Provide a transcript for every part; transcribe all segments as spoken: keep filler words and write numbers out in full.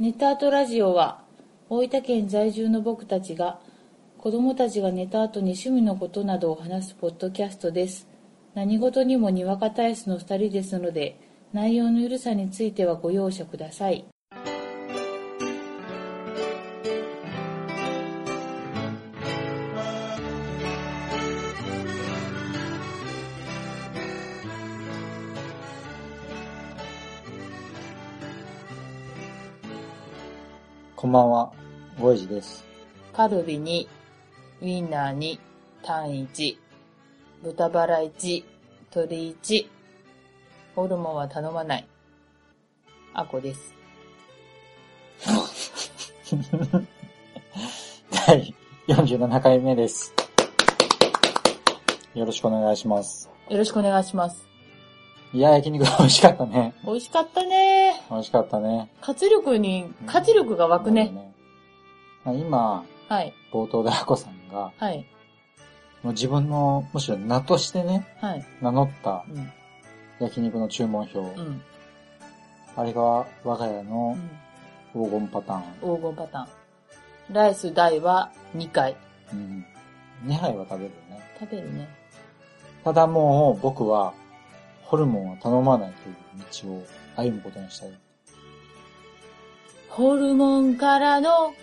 ネタアートラジオは大分県在住の僕たちが子供たちが寝た後に趣味のことなどを話すポッドキャストです。何事にもにわか体質のふたりですので、内容のゆるさについてはご容赦ください。 こんばんは、ゴエジです。 カルビにウィンナーにタンいち、豚バラいち、鶏いち、ホルモンは頼まない。アコです。 だいよんじゅうななかいめです。よろしくお願いします。 よろしくお願いします。 いや、焼肉美味しかったね。 美味しかったね。 美味しかったね。 活力に、活力が湧くね。 うん、ね今、 はい。 冒頭でアコさんが、 はい。 もう自分の、むしろ名としてね、 はい。 名乗ったうん、 焼肉の注文表。うん、あれが我が家の黄金パターン。 黄金パターン。ライス大はにかい。 うん。にはいは食べるね。 食べるね。 ただもう僕は、ホルモンは頼まないという道を歩むことにしたい。 ホルモンからの、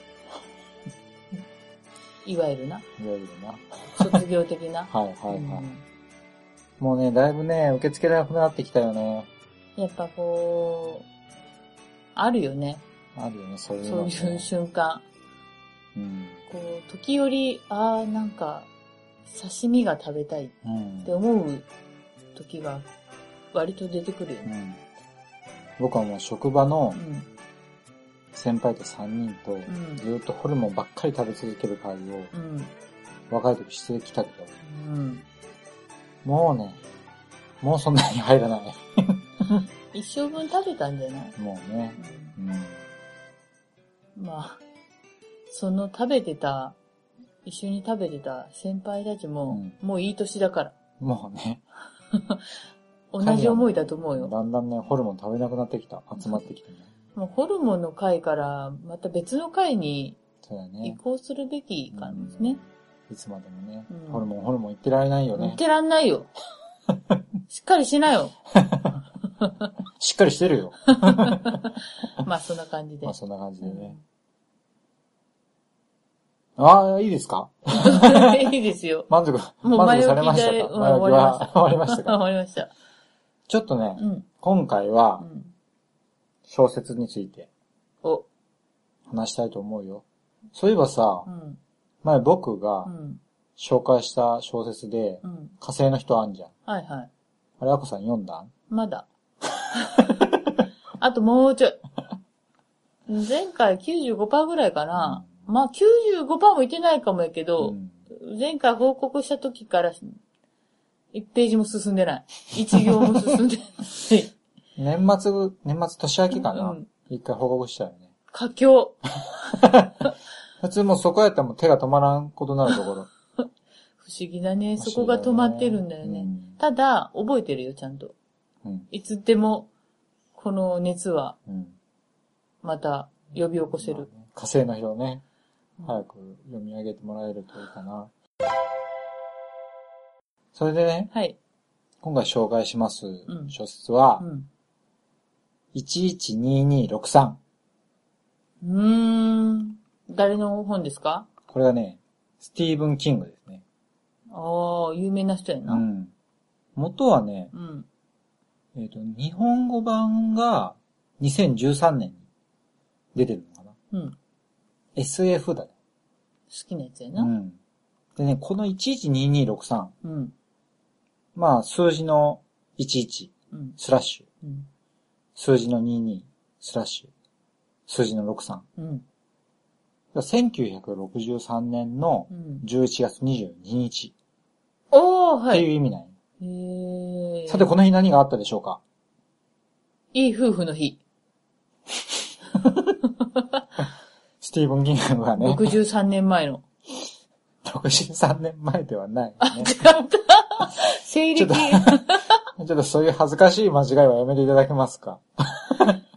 いわゆるな。いわゆるな。 卒業的な。 はいはいはい、うん。もうね、だいぶね、受け付けなくなってきたよね。 やっぱこう、あるよね。 あるよね、そういうの、ね。 そういう瞬間。うん。こう、時折、ああ、なんか、刺身が食べたいって思う時が、割と出てくるよね、 うん。僕はもう職場の先輩とさんにんとずっとホルモンばっかり食べ続ける会を若い時してきたけど、うん、もうね、もうそんなに入らない。 一生分食べたんじゃない？ もうね、うんうん。まあ、その食べてた、一緒に食べてた先輩たちも、うん、もういい年だから。 もうね。 同じ思いだと思うよ。 だんだんね、ホルモン食べなくなってきた。集まってきてね。 もうホルモンの会から、また別の会に移行するべきかもですね。 いつまでもね、うん、ホルモン、ホルモン言ってられないよね。 言ってらんないよ。しっかりしなよ。 しっかりしてるよ。 まあそんな感じで。 まあそんな感じでね。うん、ああ、いいですか？ いいですよ。 満足、満足されましたか？ 前置きは終わりましたか？ 終わりました。 ちょっとね、うん、今回は、小説について、話したいと思うよ。そういえばさ、うん、前僕が紹介した小説で、うん、火星の人あんじゃん。 はいはい。 あれ、アコさん読んだ？ まだ。あともうちょい。前回 きゅうじゅうごパーセント ぐらいかな。うん、まあ きゅうじゅうごパーセント もいってないかもやけど、うん、前回報告した時からいちページも進んでない。いち行も進んでない。 年末、年末年明けかな、うん、一回報告したよね。 佳境。 普通もうそこやったらもう手が止まらんことになるところ。 不思議だね。そこが止まってるんだよね。うん、ただ、覚えてるよ、ちゃんと。うん、いつでも、この熱は、また呼び起こせる。うん、 火星の人ね、早く読み上げてもらえるといいかな。それでね、はい、今回紹介します小説は、うんうん、いちいちにーにーろくさん。 うーん。誰の本ですか？ これがね、スティーブン・キングですね。 ああ、有名な人やな。うん。 元はね、うん、えっと、日本語版がにせんじゅうさんねんに出てるのかな。うん。エスエフ だね。 好きなやつやな。 うん。でね、このいちいちにーにーろくさん。うん。まあ、数字のいちいち、うん、スラッシュ。うん、数字のにじゅうに、スラッシュ。数字のろくさん。うん、せんきゅうひゃくろくじゅうさんねんのじゅういちがつにじゅうににち。 うん、おー、はい。 っていう意味なんよ。 へー。 さて、この日何があったでしょうか？ いい夫婦の日。 スティーブン・キングがね。 ろくじゅうさんねんまえの。 ろくじゅうさんねんまえではない、ね。 あ、違った。西暦。 ちょっとそういう恥ずかしい間違いはやめていただけますか？ 心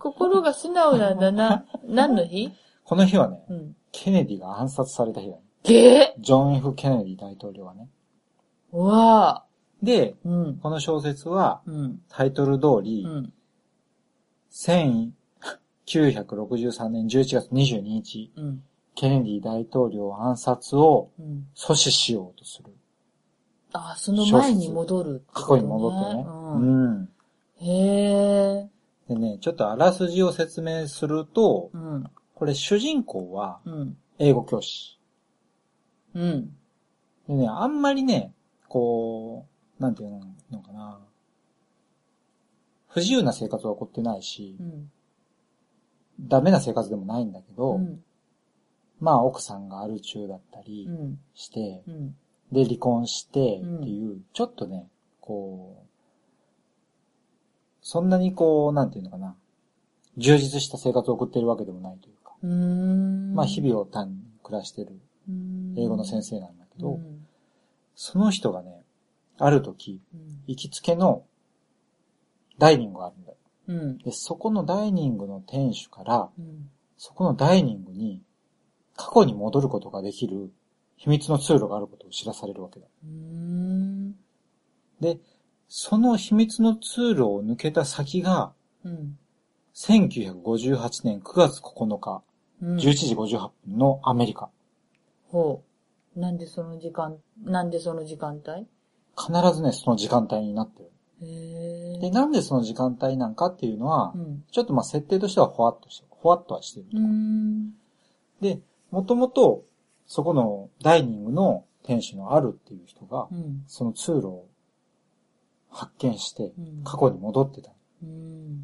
が素直なんだな。何の日？ この日はね、 うん、 ケネディが暗殺された日だね。 げジョン・ F ・ケネディ大統領がね。 うわぁ。で、 うん、 この小説は、 うん、 タイトル通り、 うん、 せんきゅうひゃくろくじゅうさんねんじゅういちがつにじゅうににち、うん、ケネディ大統領暗殺を阻止しようとする。 うん、ああ、その前に戻るってことね。 過去に戻ってね。うん。うん、 へー。でね、ちょっとあらすじを説明すると、うん、これ主人公は、英語教師。うん。でね、あんまりね、こう、なんていうのかな。不自由な生活は起こってないし、うん、ダメな生活でもないんだけど、うん、まあ奥さんがアル中だったりして、うん、で離婚してっていう、うん、ちょっとね、こう、そんなにこう、なんていうのかな、充実した生活を送ってるわけでもないというか、うーんまあ日々を単に暮らしてる英語の先生なんだけど、うん、その人がね、ある時、うん、行きつけのダイニングがあるんだよ。うん、で、そこのダイニングの店主から、うん、そこのダイニングに過去に戻ることができる秘密の通路があることを知らされるわけだ。うーんで、その秘密の通路を抜けた先が、うん、せんきゅうひゃくごじゅうはちねんくがつここのか、うん、じゅういちじごじゅうはっぷんのアメリカ。 ほう。なんでその時間、なんでその時間帯？ 必ずね、その時間帯になってる。へー。で、なんでその時間帯なんかっていうのは、うん、ちょっとまあ設定としてはほわっとして、ほわっとはしてると。うーんで、もともと、そこのダイニングの店主のあるっていう人が、うん、その通路を発見して、過去に戻ってた。うん、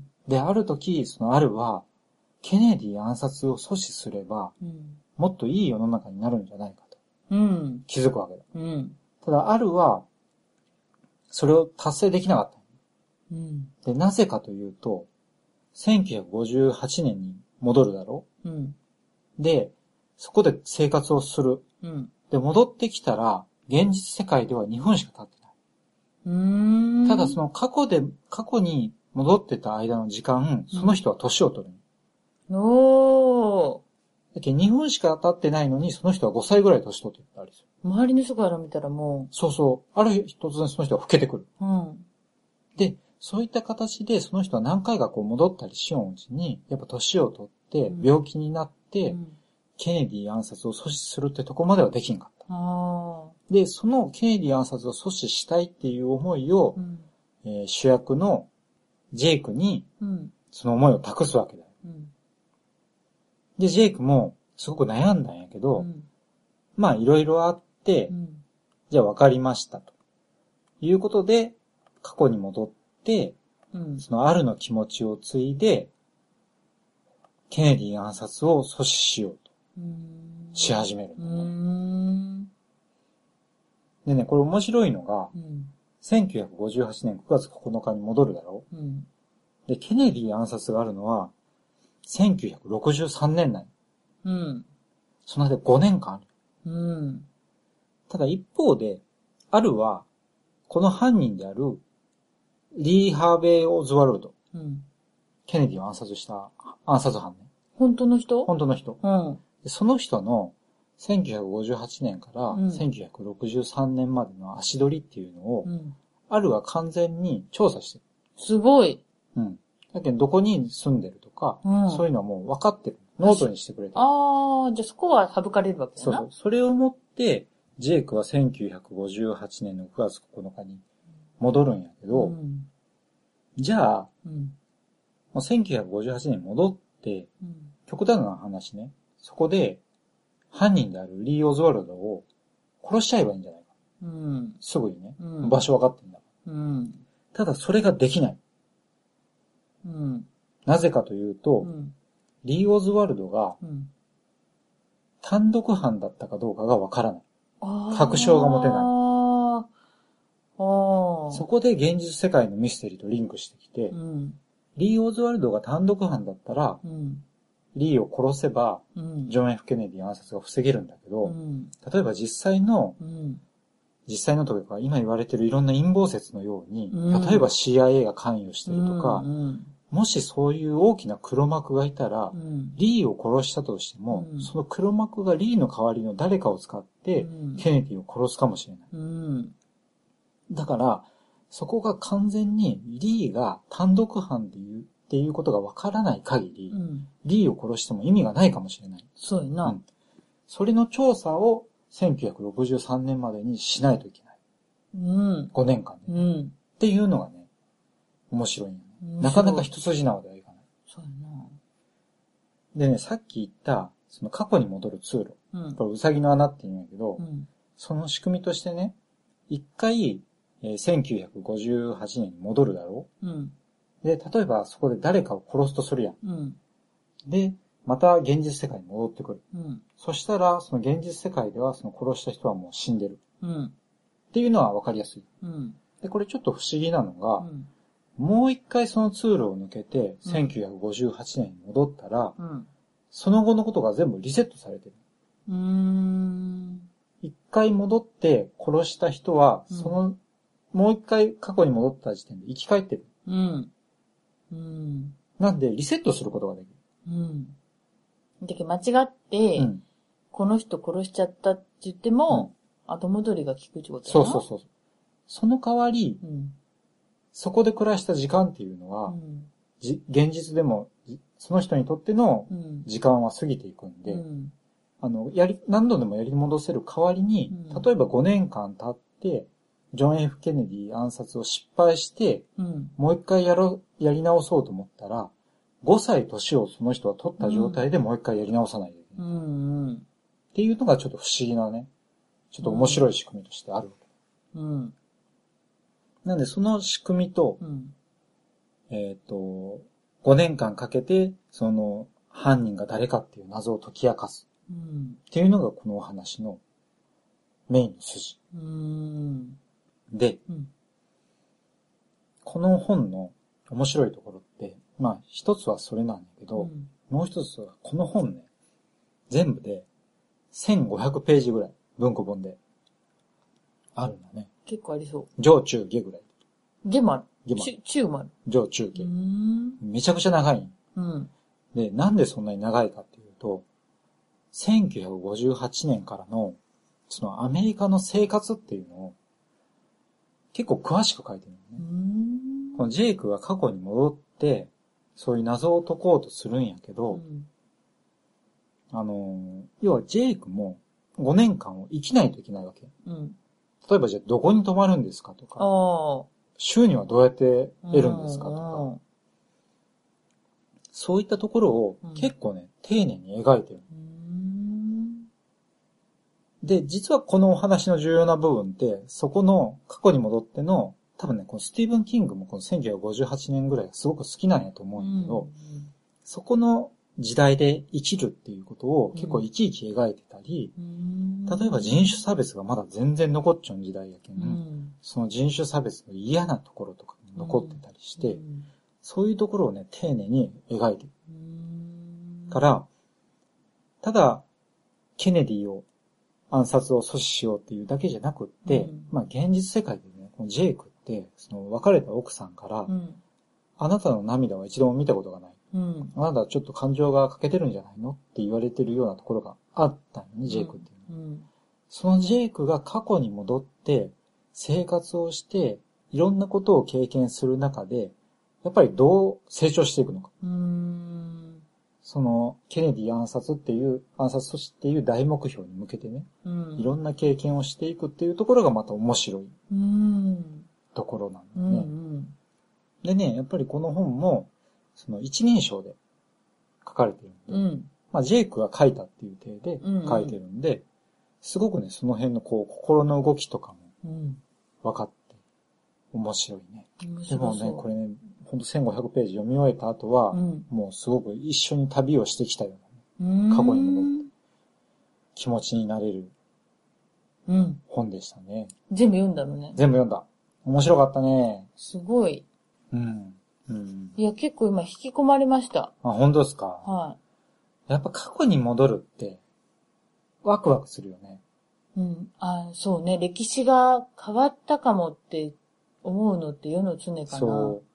で、ある時、そのあるは、ケネディ暗殺を阻止すれば、うん、もっといい世の中になるんじゃないかと、うん、気づくわけだ。うん、ただ、あるは、それを達成できなかった。うん、で、なぜかというと、せんきゅうひゃくごじゅうはちねんに戻るだろう、うん、で、そこで生活をする。うん、で、戻ってきたら、現実世界ではにふんしか経ってない。うーんただその過去で、過去に戻ってた間の時間、その人は年を取る。うん、おー。だけどにふんしか経ってないのに、その人はごさいぐらい年取ってたりする。 周りの人から見たらもう。そうそう。ある日突然その人が老けてくる。うん。で、そういった形でその人は何回かこう戻ったりしよううちに、やっぱ年を取って、病気になって、うん、ケネディ暗殺を阻止するってとこまではできんかった。あで、そのケネディ暗殺を阻止したいっていう思いを、うんえー、主役のジェイクに、その思いを託すわけだよ。うん、で、ジェイクもすごく悩んだんやけど、うん、まあいろいろあって、うん、じゃあ分かりましたと。いうことで、過去に戻って、うん、そのあるの気持ちを継いで、ケネディ暗殺を阻止しようと。し始めるんだね。うーんでね、これ面白いのが、うん、せんきゅうひゃくごじゅうはちねんくがつここのかに戻るだろう、うん、で、ケネディ暗殺があるのは、せんきゅうひゃくろくじゅうさんねんなん。うん。その間ごねんかんある。うん。ただ一方で、あるは、この犯人である、リー・ハーベイ・オズワルド。うん。ケネディを暗殺した暗殺犯ね。 本当の人？ 本当の人。うん。でその人の、せんきゅうひゃくごじゅうはちねんからせんきゅうひゃくろくじゅうさんねんまでの足取りっていうのを、うん、あるは完全に調査してる。 すごい。 うん。だけどどこに住んでるとか、うん、そういうのはもう分かってる。ノートにしてくれてる。 ああ、じゃあそこは省かれるわけだな。 そうそう。それをもって、ジェイクはせんきゅうひゃくごじゅうはちねんのくがつここのかに戻るんやけど、うん、じゃあ、うん、もうせんきゅうひゃくごじゅうはちねんに戻って、うん、極端な話ね、そこで、犯人であるリー・オズワルドを殺しちゃえばいいんじゃないか。うん、すぐにね、うん、場所分かってんだ、うん。ただそれができない。うん、なぜかというと、うん、リー・オズワルドが単独犯だったかどうかが分からない。確証が持てない。あそこで現実世界のミステリーとリンクしてきて、うん、リー・オズワルドが単独犯だったら、うんリーを殺せば、うん、ジョン・ F ・ケネディ暗殺が防げるんだけど、うん、例えば実際の、うん、実際のというか今言われているいろんな陰謀説のように、うん、例えば シーアイエー が関与してるとか、うんうん、 もしそういう大きな黒幕がいたら、 うん、 リーを殺したとしても、うん、その黒幕がリーの代わりの誰かを使って、うん、ケネディを殺すかもしれない。うん、だから、そこが完全にリーが単独犯でいうっていうことがわからない限り、うん、リーを殺しても意味がないかもしれない。 そうやな。うん。 それの調査をせんきゅうひゃくろくじゅうさんねんまでにしないといけない。うん。ごねんかんで、ね。うん。っていうのがね、面白いんよね。なかなか一筋縄ではいかない。 そうやな。 でね、さっき言った、その過去に戻る通路。うん。これ、うさぎの穴って言うんやけど、うん、その仕組みとしてね、一回、えー、せんきゅうひゃくごじゅうはちねんに戻るだろう、うん、で、例えばそこで誰かを殺すとするやん。うん、で、また現実世界に戻ってくる。うん、そしたら、その現実世界ではその殺した人はもう死んでる。うん、っていうのはわかりやすい。うん、で、これちょっと不思議なのが、うん、もう一回その通路を抜けて、せんきゅうひゃくごじゅうはちねんに戻ったら、うん、その後のことが全部リセットされてる。うーん、一回戻って殺した人は、その、うん、もう一回過去に戻った時点で生き返ってる。うん。うん。なんで、リセットすることができる。 うん。だけど間違って、うん、この人殺しちゃったって言っても、うん、後戻りが効くってことだな。そうそうそう。その代わり、うん、そこで暮らした時間っていうのは、うん、じ現実でも、その人にとっての時間は過ぎていくんで、うん、あの、やり、何度でもやり戻せる代わりに、うん、例えばごねんかん経って、ジョン・ F ・ケネディ暗殺を失敗して、うん、もう一回やろ、やり直そうと思ったら、ごさい年をその人は取った状態でもう一回やり直さないといけない。うんうん、っていうのがちょっと不思議なね、ちょっと面白い仕組みとしてあるわけ。うん、なんでその仕組みと、うん、えっと、ごねんかんかけて、その犯人が誰かっていう謎を解き明かす。うん、っていうのがこのお話のメインの筋。うんで、うん、この本の面白いところって、まあ一つはそれなんだけど、うん、もう一つはこの本ね、全部でせんごひゃくページぐらい、文庫本であるんだね。 結構ありそう。 上中下ぐらい。 下もある。下もある。中もある。 上中下。めちゃくちゃ長い。うん、で、なんでそんなに長いかっていうと、せんきゅうひゃくごじゅうはちねんからの、そのアメリカの生活っていうのを、結構詳しく書いてるのね。うん、このジェイクが過去に戻って、そういう謎を解こうとするんやけど、うん、あの、要はジェイクもごねんかんを生きないといけないわけ。うん、例えばじゃあどこに泊まるんですかとか、収入はどうやって得るんですかとか、そういったところを結構ね、うん、丁寧に描いてる。で、実はこのお話の重要な部分って、そこの過去に戻っての、多分ね、このスティーブン・キングもこのせんきゅうひゃくごじゅうはちねんぐらいがすごく好きなんやと思うんだけど、うん、そこの時代で生きるっていうことを結構生き生き描いてたり、うん、例えば人種差別がまだ全然残っちゃう時代やけん、うん、その人種差別の嫌なところとかも残ってたりして、うん、そういうところをね、丁寧に描いてる。から、ただ、ケネディを暗殺を阻止しようっていうだけじゃなくって、うん、まあ現実世界でね、このジェイクって、その別れた奥さんから、うん、あなたの涙は一度も見たことがない。うん、あなたはちょっと感情が欠けてるんじゃないのって言われてるようなところがあったんよね、ジェイクっていうのは、うんうん。そのジェイクが過去に戻って、生活をして、いろんなことを経験する中で、やっぱりどう成長していくのか。うーん、その、ケネディ暗殺っていう、暗殺阻止っていう大目標に向けてね、うん、いろんな経験をしていくっていうところがまた面白いところなんだね、うんうん。でね、やっぱりこの本も、その一人称で書かれてるんで、うん、まあジェイクが書いたっていう体で書いてるんで、うんうん、すごくね、その辺のこう、心の動きとかも分かって、面白いね。でもね、これね、ほんとせんごひゃくページ読み終えた後は、うん、もうすごく一緒に旅をしてきたような、ね、過去に戻って気持ちになれる本でしたね。 うん、全部読んだのね。 全部読んだ。面白かったね。 すごい。うん。うん、いや、結構今引き込まれました。 あ、本当ですか？はい。やっぱ過去に戻るって、ワクワクするよね。 うん。あ、そうね。歴史が変わったかもって思うのって世の常かな。そう。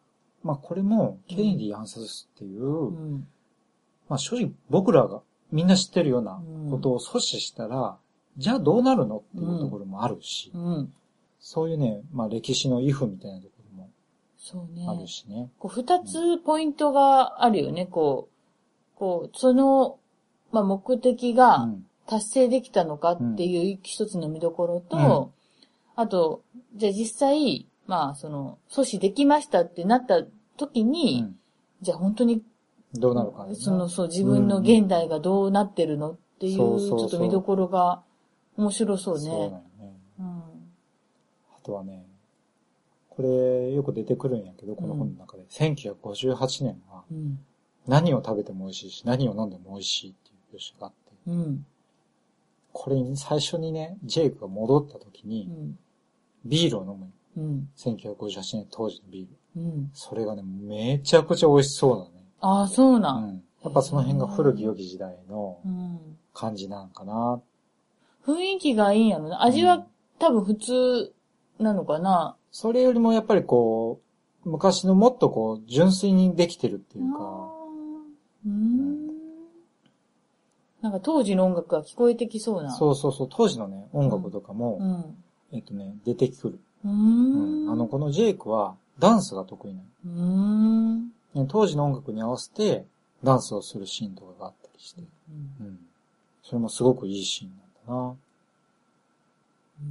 まあこれも、ケネディ暗殺っていう、うん、まあ正直僕らがみんな知ってるようなことを阻止したら、うん、じゃあどうなるのっていうところもあるし、うんうん、そういうね、まあ歴史のイフみたいなところもあるしね。ねこう二つポイントがあるよね、こう、こう、その、まあ目的が達成できたのかっていう一つの見どころと、うん、あと、じゃあ実際、まあその、阻止できましたってなった時に、うん、じゃあ本当に、 どうなるかね。 その、そう、自分の現代がどうなってるのっていう、ちょっと見どころが面白そうね。そうだよね。うん、 あとはね、これよく出てくるんやけど、この本の中で、うん、せんきゅうひゃくごじゅうはちねんは、うん、何を食べても美味しいし、何を飲んでも美味しいっていう描写があって、うん、これに最初にね、ジェイクが戻った時に、うん、ビールを飲む、うん、せんきゅうひゃくごじゅうはちねん当時のビール、うん。それがね、めちゃくちゃ美味しそうなね。 ああ、そうなん、 うん。やっぱその辺が古き良き時代の感じなんかな。 雰囲気がいいんやろな。味は多分普通なのかな。 それよりもやっぱりこう、昔のもっとこう、純粋にできてるっていうか。 うーん、うん、なんか当時の音楽が聞こえてきそうな。 そうそうそう、当時のね、音楽とかも、うんうん、えっとね、出てくる。 うーん、 うん、あの、このジェイクはダンスが得意なの。 うーん、 当時の音楽に合わせてダンスをするシーンとかがあったりして。うんうん、それもすごくいいシーンなんだな。 うん、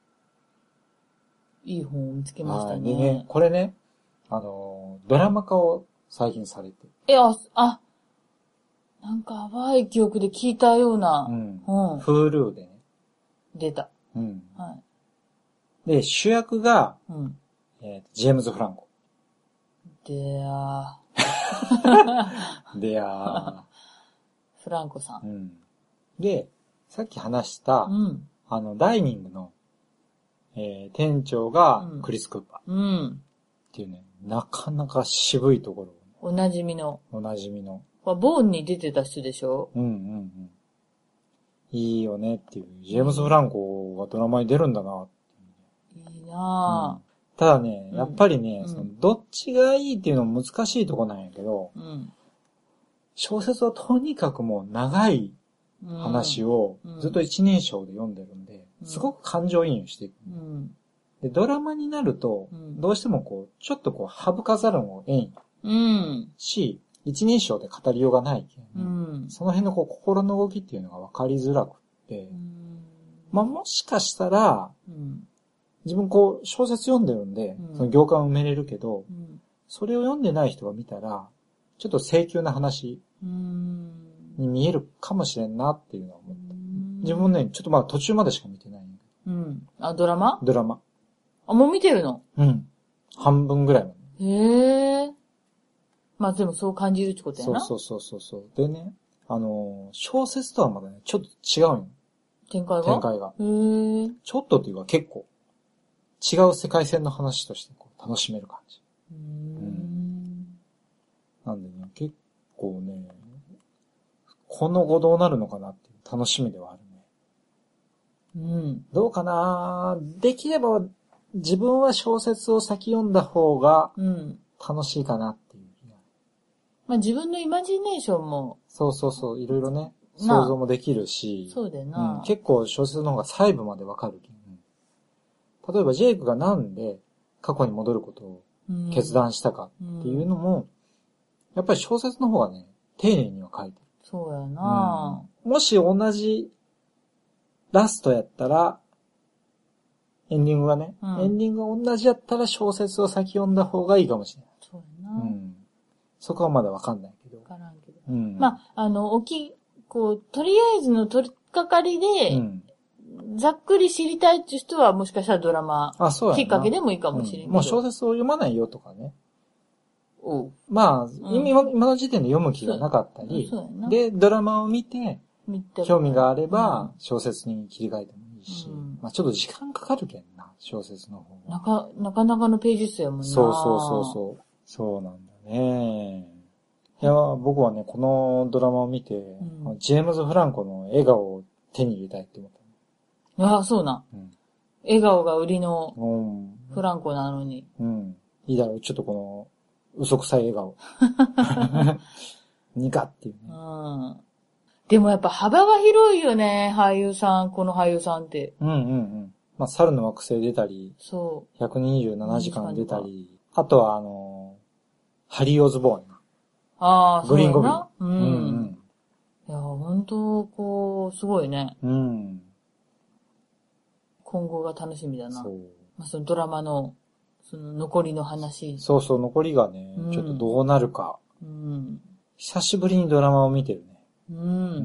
いい本を見つけましたね。 でね、これね、あの、ドラマ化を最近されて。 え、あ、あ、なんか淡い記憶で聞いたような。うん。 うん。Hulu でね。 出た。 うん。はい。で、主役が、うん。えー、ジェームズ・フランコ。 であー。であー。フランコさん。 うん。で、さっき話した、うん。あの、ダイニングの、えー、店長がクリス・クーパー。うん。っていうね、なかなか渋いところ。 おなじみの。 おなじみの。 ボーンに出てた人でしょ？ うんうんうん。いいよねっていう。ジェームズ・フランコがドラマに出るんだなっていう、 ね。いいなぁ、うん。 ただね、やっぱりね、うん、そのどっちがいいっていうのも難しいとこなんやけど、うん、小説はとにかくもう長い話をずっと一人称で読んでるんで、うん、すごく感情移入していく。うん、で、ドラマになると、どうしてもこう、ちょっとこう、省かざるを得ん。うん。し、一人称で語りようがないけん、うん、その辺のこう心の動きっていうのが分かりづらくって、うん、まあもしかしたら、うん、自分こう小説読んでるんで、うん、その行間を埋めれるけど、うん、それを読んでない人が見たら、ちょっと請求な話に見えるかもしれんなっていうのは思った。うん、自分ね、ちょっとまだ途中までしか見てない。 うん。あ、ドラマ？ ドラマ。 あ、もう見てるの？ うん。半分ぐらいまで。へー。まあでもそう感じるってことやな。 そうそうそうそう。でね、あの、小説とはまだね、ちょっと違うんよ。 展開が展開が。 へー。 ちょっとっていうか結構、違う世界線の話としてこう楽しめる感じ。うーん。うん。なんでね、結構ね、この後どうなるのかなっていう楽しみではあるね。うん。どうかなできれば自分は小説を先読んだ方が楽しいかなっていう。 まあ自分のイマジネーションも。 そうそうそう、いろいろね、想像もできるし。 そうだよな、 うん。結構小説の方が細部までわかる、うん。例えばジェイクがなんで過去に戻ることを決断したかっていうのも、うん、やっぱり小説の方がね、丁寧には書いてる。 そうやな、 うん、もし同じラストやったら、エンディングがね、うん、エンディングが同じやったら小説を先読んだ方がいいかもしれない。 そうやな、うんそこはまだわかんないけど。 わからんけど。うん、まあ、あの、おき、こう、とりあえずの取り掛かりで、うん、ざっくり知りたいっていう人はもしかしたらドラマ、あ、そうやなきっかけでもいいかもしれんけど、うん。 もう小説を読まないよとかね。 おうまあ、うん、今, 今の時点で読む気がなかったり、そうそうやなで、ドラマを見て、興味があれば、小説に切り替えてもいいし、うん、まあちょっと時間かかるけんな、小説の方が。 なか、なかなかのページ数やもんな。 そうそうそうそう。そうなんだね。いや、僕はね、このドラマを見て、うん、ジェームズ・フランコの笑顔を手に入れたいって思った、 ね。ああ、そうな、うん。笑顔が売りのフランコなのに。 うん。 いいだろう、ちょっとこの、嘘くさい笑顔。ニカっていうね。 うん。でもやっぱ幅が広いよね、俳優さん、この俳優さんって。 うんうんうん。まあ、猿の惑星出たり、 そう。 ひゃくにじゅうななじかん出たり、あとはあのー、ハリー・オズボーン。 ああ、そうだな。 グリーンゴブリン。 うん。うん、いや、ほんと、こう、すごいね。 うん。 今後が楽しみだな。 そう。 まあ、そのドラマの、その残りの話。 そうそう、残りがね、うん、ちょっとどうなるか。うん。久しぶりにドラマを見てるね。 うん。うん。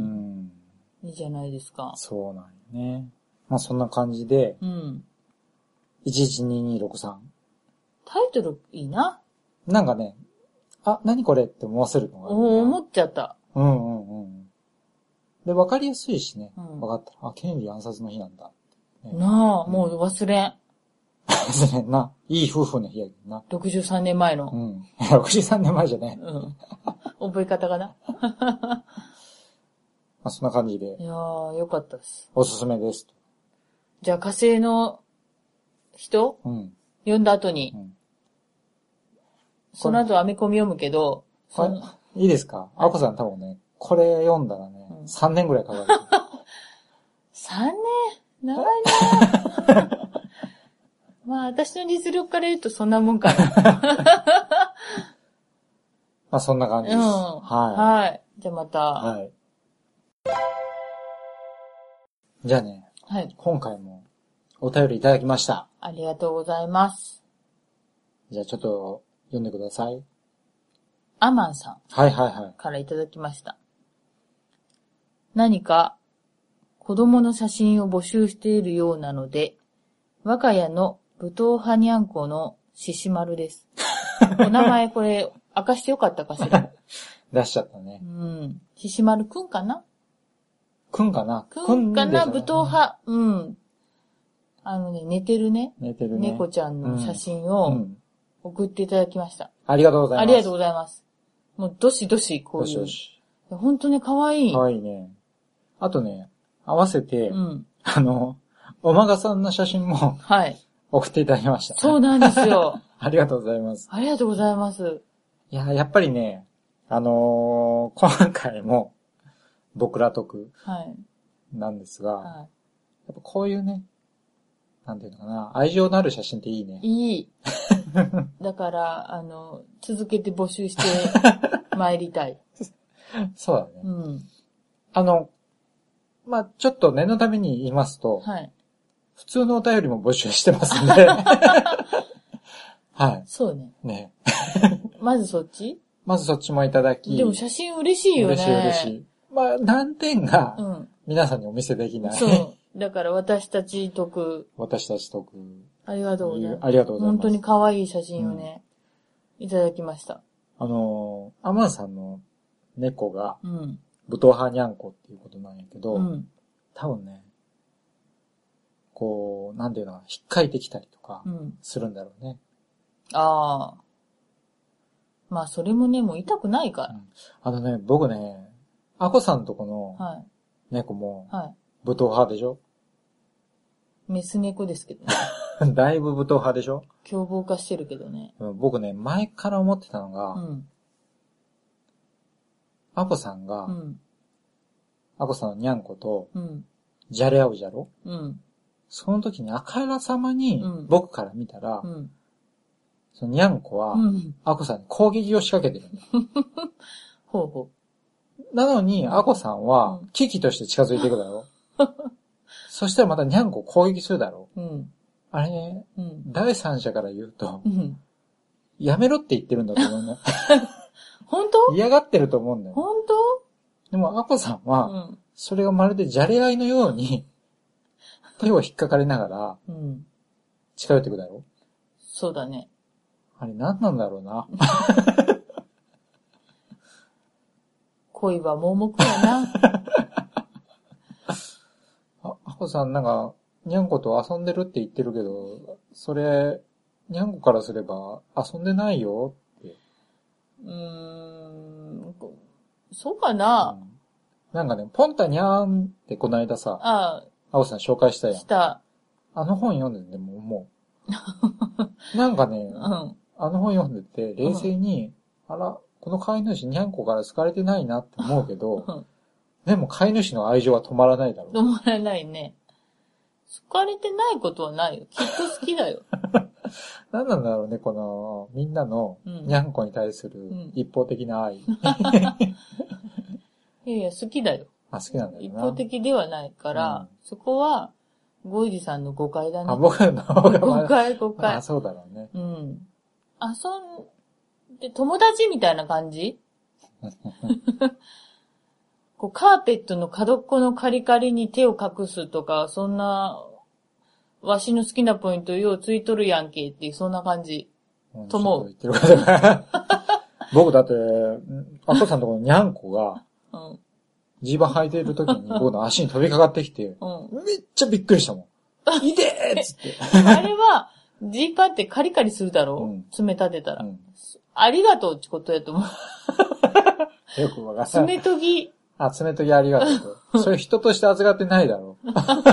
いいじゃないですか。 そうなんよね。まあそんな感じで、うん。いちいちににろくさん。 タイトルいいな。 なんかね、あ、何これって思わせるのがある。 お思っちゃった。 うんうんうん。で、わかりやすいしね。うん、わかった。あ、ケネディ暗殺の日なんだ。 ね、なあ、うん、もう忘れん。 忘れんな。いい夫婦の日やけどな。 ろくじゅうさんねんまえの。 うん。ろくじゅうさんねんまえじゃね。 うん。覚え方がな。 まあそんな感じで。 いやー、よかったです。 おすすめです。 じゃあ火星の人、うん、読んだ後に、うん、その後アメコミ読むけど、 そのいいですか、あこさん多分ね、これ読んだらね、うん、さんねんぐらいかかる。 さんねん長いなまあ私の実力から言うとそんなもんかな。 まあそんな感じです。うん、はい。 はい。じゃあまた。はい。 じゃあね、はい。今回もお便りいただきました。 ありがとうございます。 じゃあちょっと読んでください。 アマンさん。 はいはいはい。 からいただきました。何か子供の写真を募集しているようなので、我が家の武闘派にゃんこの獅子丸です。お名前これ明かしてよかったかしら。 出しちゃったね。 うん。獅子丸くんかなくんかなくんかな武闘派。うん。あのね、寝てるね。寝てるね。猫ちゃんの写真を送っていただきました。 うん、ありがとうございます。 ありがとうございます。もうどしどしこういう。どしどし。ほんとね、かわいい。 かわいいね。あとね、合わせて、うん、あの、おまがさんの写真も、はい。送っていただきました。 そうなんですよ。 ありがとうございます。 ありがとうございます。 いや、やっぱりね、あのー、今回も、僕ら得、はい。なんですが、はい。やっぱこういうね、なんていうのかな、愛情のある写真っていいね。 いい。だから、あの、続けて募集して参りたい。 そうだね。うん。あの、まあ、ちょっと念のために言いますと、はい。普通のお便りも募集してますんで。はい。 そうね。 ね。 まずそっちまずそっちもいただき。 でも写真嬉しいよね。 嬉しい嬉しい。まあ、難点が、うん。皆さんにお見せできない。 そう。だから私たち得。 私たち得。 ありがとうございます。 ありがとうございます。 本当に可愛い写真をね、うん、いただきました。 あのー、アマンさんの猫が、うん。武闘派にゃんこっていうことなんやけど、うん、多分ね、こう、なんていうのかな、引っかいてきたりとか、するんだろうね。 うん、ああ。まあ、それもね、もう痛くないから。うん、 あのね、僕ね、アコさんとこの猫も、はい。武闘派でしょ？ メス猫ですけどね。 だいぶ武闘派でしょ？ 凶暴化してるけどね。 僕ね、前から思ってたのが、うん、アコさんが、うん、アコさんのニャンコと、じゃれ合うじゃろ？うん。その時にあからさまに、僕から見たら、うん、そのニャンコは、うん、アコさんに攻撃を仕掛けてるんだ。 ほうほう。なのに、アコさんは、危機として近づいていくだろう。そしたらまたニャンコを攻撃するだろう。うん、あれね、うん、第三者から言うと、うん、やめろって言ってるんだと思うね。 本当？ 嫌がってると思うんだよ。 本当？ でも、アコさんは、うん、それがまるでじゃれ合いのように、手を引っかかれながら、近寄ってくだろう。 そうだね。 あれ何なんだろうな。 恋は盲目やな。 あ、アコさんなんか、ニャンコと遊んでるって言ってるけど、それ、ニャンコからすれば遊んでないよって。 うーん、そうかな、うん、 なんかね、ポンタニャーンってこの間さ、ああ、アコさん紹介したやん。 した。 あの本読んでても思う。なんかね、うん、 あの本読んでて、冷静に、うん、あら、この飼い主にゃんこから好かれてないなって思うけど、うん、でも飼い主の愛情は止まらないだろう。 止まらないね。好かれてないことはないよ。きっと好きだよ。 何なんだろうね、この、みんなのにゃんこに対する一方的な愛。うん、いやいや、好きだよ。 あ、好きなんだよな。 一方的ではないから、うん、そこは、ゴイジさんの誤解だね。 あ、僕の方が誤解、誤解。 あ、そうだろうね。 うん。遊んで、友達みたいな感じこうカーペットの角っこのカリカリに手を隠すとか、そんな、わしの好きなポイントようついとるやんけっていう、そんな感じ。と思う。 僕だって、アッコさんのところのにゃんこが、ジーバン履いてる時に僕の足に飛びかかってきて、うん、めっちゃびっくりしたもん。いてーっつって。 あれは、ジーパンってカリカリするだろう、うん、爪立てたら、うん。ありがとうってことやと思う。 よくわかる。 爪研ぎ。 あ、爪研ぎありがとう。それ人として扱ってないだろう。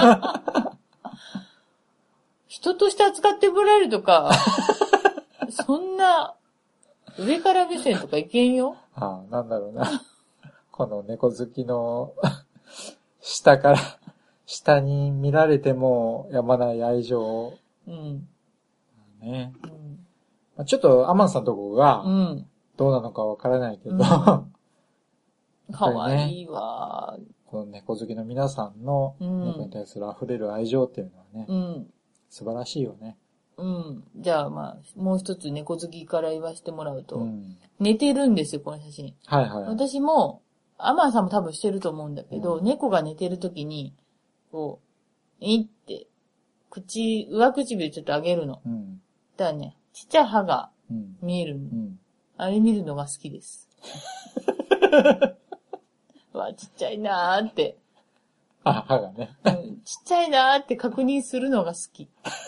人として扱ってもらえるとか、そんな、上から目線とかいけんよ。 ああ、なんだろうな。この猫好きの、下から、下に見られてもやまない愛情。うん。ね。うん、ちょっとアマンさんのとこが、どうなのかわからないけど、うん、かわいいわ、ね。 この猫好きの皆さんの猫に対する溢れる愛情っていうのはね、うん、素晴らしいよね。 うん。じゃあまあ、もう一つ猫好きから言わせてもらうと、うん、寝てるんですよ、この写真。はいはい。私も、アマンさんも多分してると思うんだけど、うん、猫が寝てるときに、こう、いって、口、上唇ちょっと上げるの。うん、だからね、ちっちゃい歯が見えるの。うん、あれ見るのが好きです。わ、ちっちゃいなーって。 あ、歯がね、 うん。ちっちゃいなーって確認するのが好き。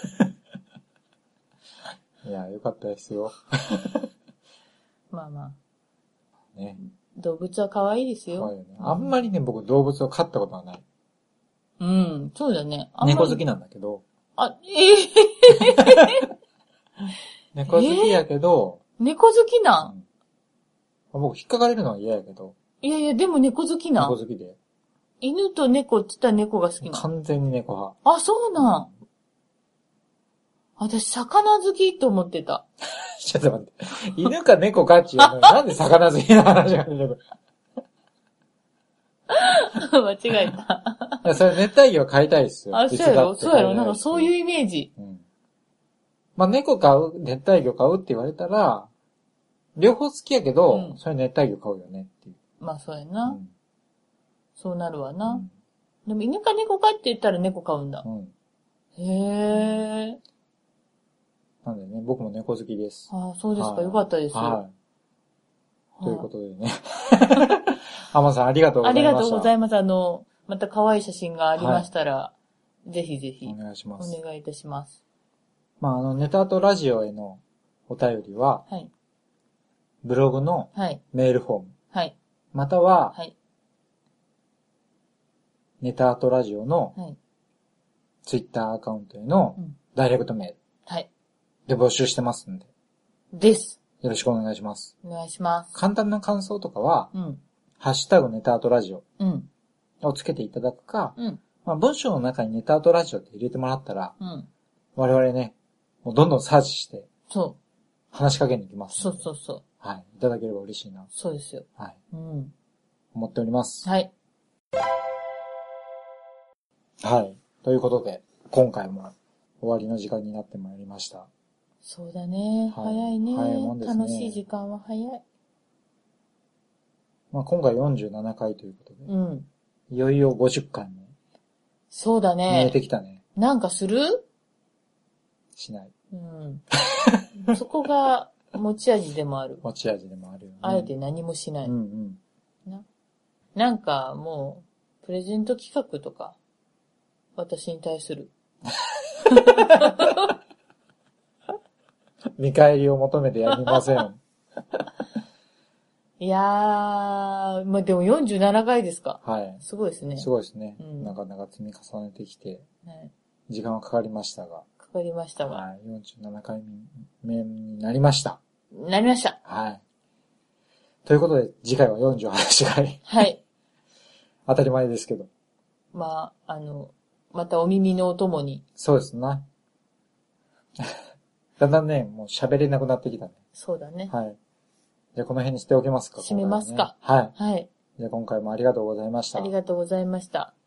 いや、よかったですよ。 まあまあ。ね。動物は可愛いですよ。 可愛いよね。あんまりね、僕動物を飼ったことはない。 うん、そうだね。 猫好きなんだけど。 あ、ええー、 猫好きやけど。 えー、猫好きなん、 うん、僕引っかかれるのは嫌やけど。 いやいや、でも猫好きなん猫好きで。 犬と猫って言ったら猫が好きなの？ 完全に猫派。 あ、そうなん。うん、私、魚好きと思ってた。 ちょっと待って。犬か猫かっちゅうのになんで魚好きな話が出てくる間違えた。 いや、それ熱帯魚は飼いたいっすよ。 あ、そうやろそうやろなんかそういうイメージ。うん。 まあ、猫飼う、熱帯魚飼うって言われたら、両方好きやけど、うん、それ熱帯魚飼うよねっていう。 まあ、そうやな。うん、そうなるわな、うん。でも犬か猫かって言ったら猫飼うんだ。うん、へー。 なんでね、僕も猫好きです。 ああ、そうですか。よかったですよ。はい。 ということでね。アマさんありがとうございました。 ありがとうございます。あの、また可愛い写真がありましたら、はい、ぜひぜひ。 お願いします。 お願いいたします。 まあ、あの、ネタとラジオへのお便りは、はい。ブログのメールフォーム。はい。または、はい。ネタとラジオの、はい。ツイッターアカウントへのダイレクトメール。はい。で募集してますんで。 です。 よろしくお願いします。 お願いします。 簡単な感想とかは、うん。ハッシュタグネタアートラジオ。うん。をつけていただくか、うん。まあ文章の中にネタアートラジオって入れてもらったら、うん。我々ね、もうどんどんサーチして、そう。話しかけに行きます。 そうそうそう。 はい。いただければ嬉しいな。 そうですよ。はい。 うん。思っております。はい。はい。ということで、今回も終わりの時間になってまいりました。 そうだね。はい、早いね。早いもんですね。楽しい時間は早い。 まあ今回よんじゅうななかいということで。うん。いよいよごじゅっかいも。 そうだね。 見えてきたね。 なんかする？ しない。 うん。そこが持ち味でもある。 持ち味でもあるよね。 あえて何もしない。うんうん。な。なんかもう、プレゼント企画とか、私に対する。 見返りを求めてやりません。 いやー、まあ、でもよんじゅうななかいですか。はい。すごいですね。 すごいですね。うん、なかなか積み重ねてきて、はい、時間はかかりましたが。 かかりましたわ。 はい。よんじゅうななかいめになりました。 なりました。 はい。ということで、次回はよんじゅうはちかい。 はい。 当たり前ですけど。 まあ、あの、またお耳のお供に。 そうですな。だんだんね、もう喋れなくなってきたね。 そうだね。 はい。じゃあこの辺にしておきますか。 締めますか。 はい。 はい。 じゃあ今回もありがとうございました。 ありがとうございました。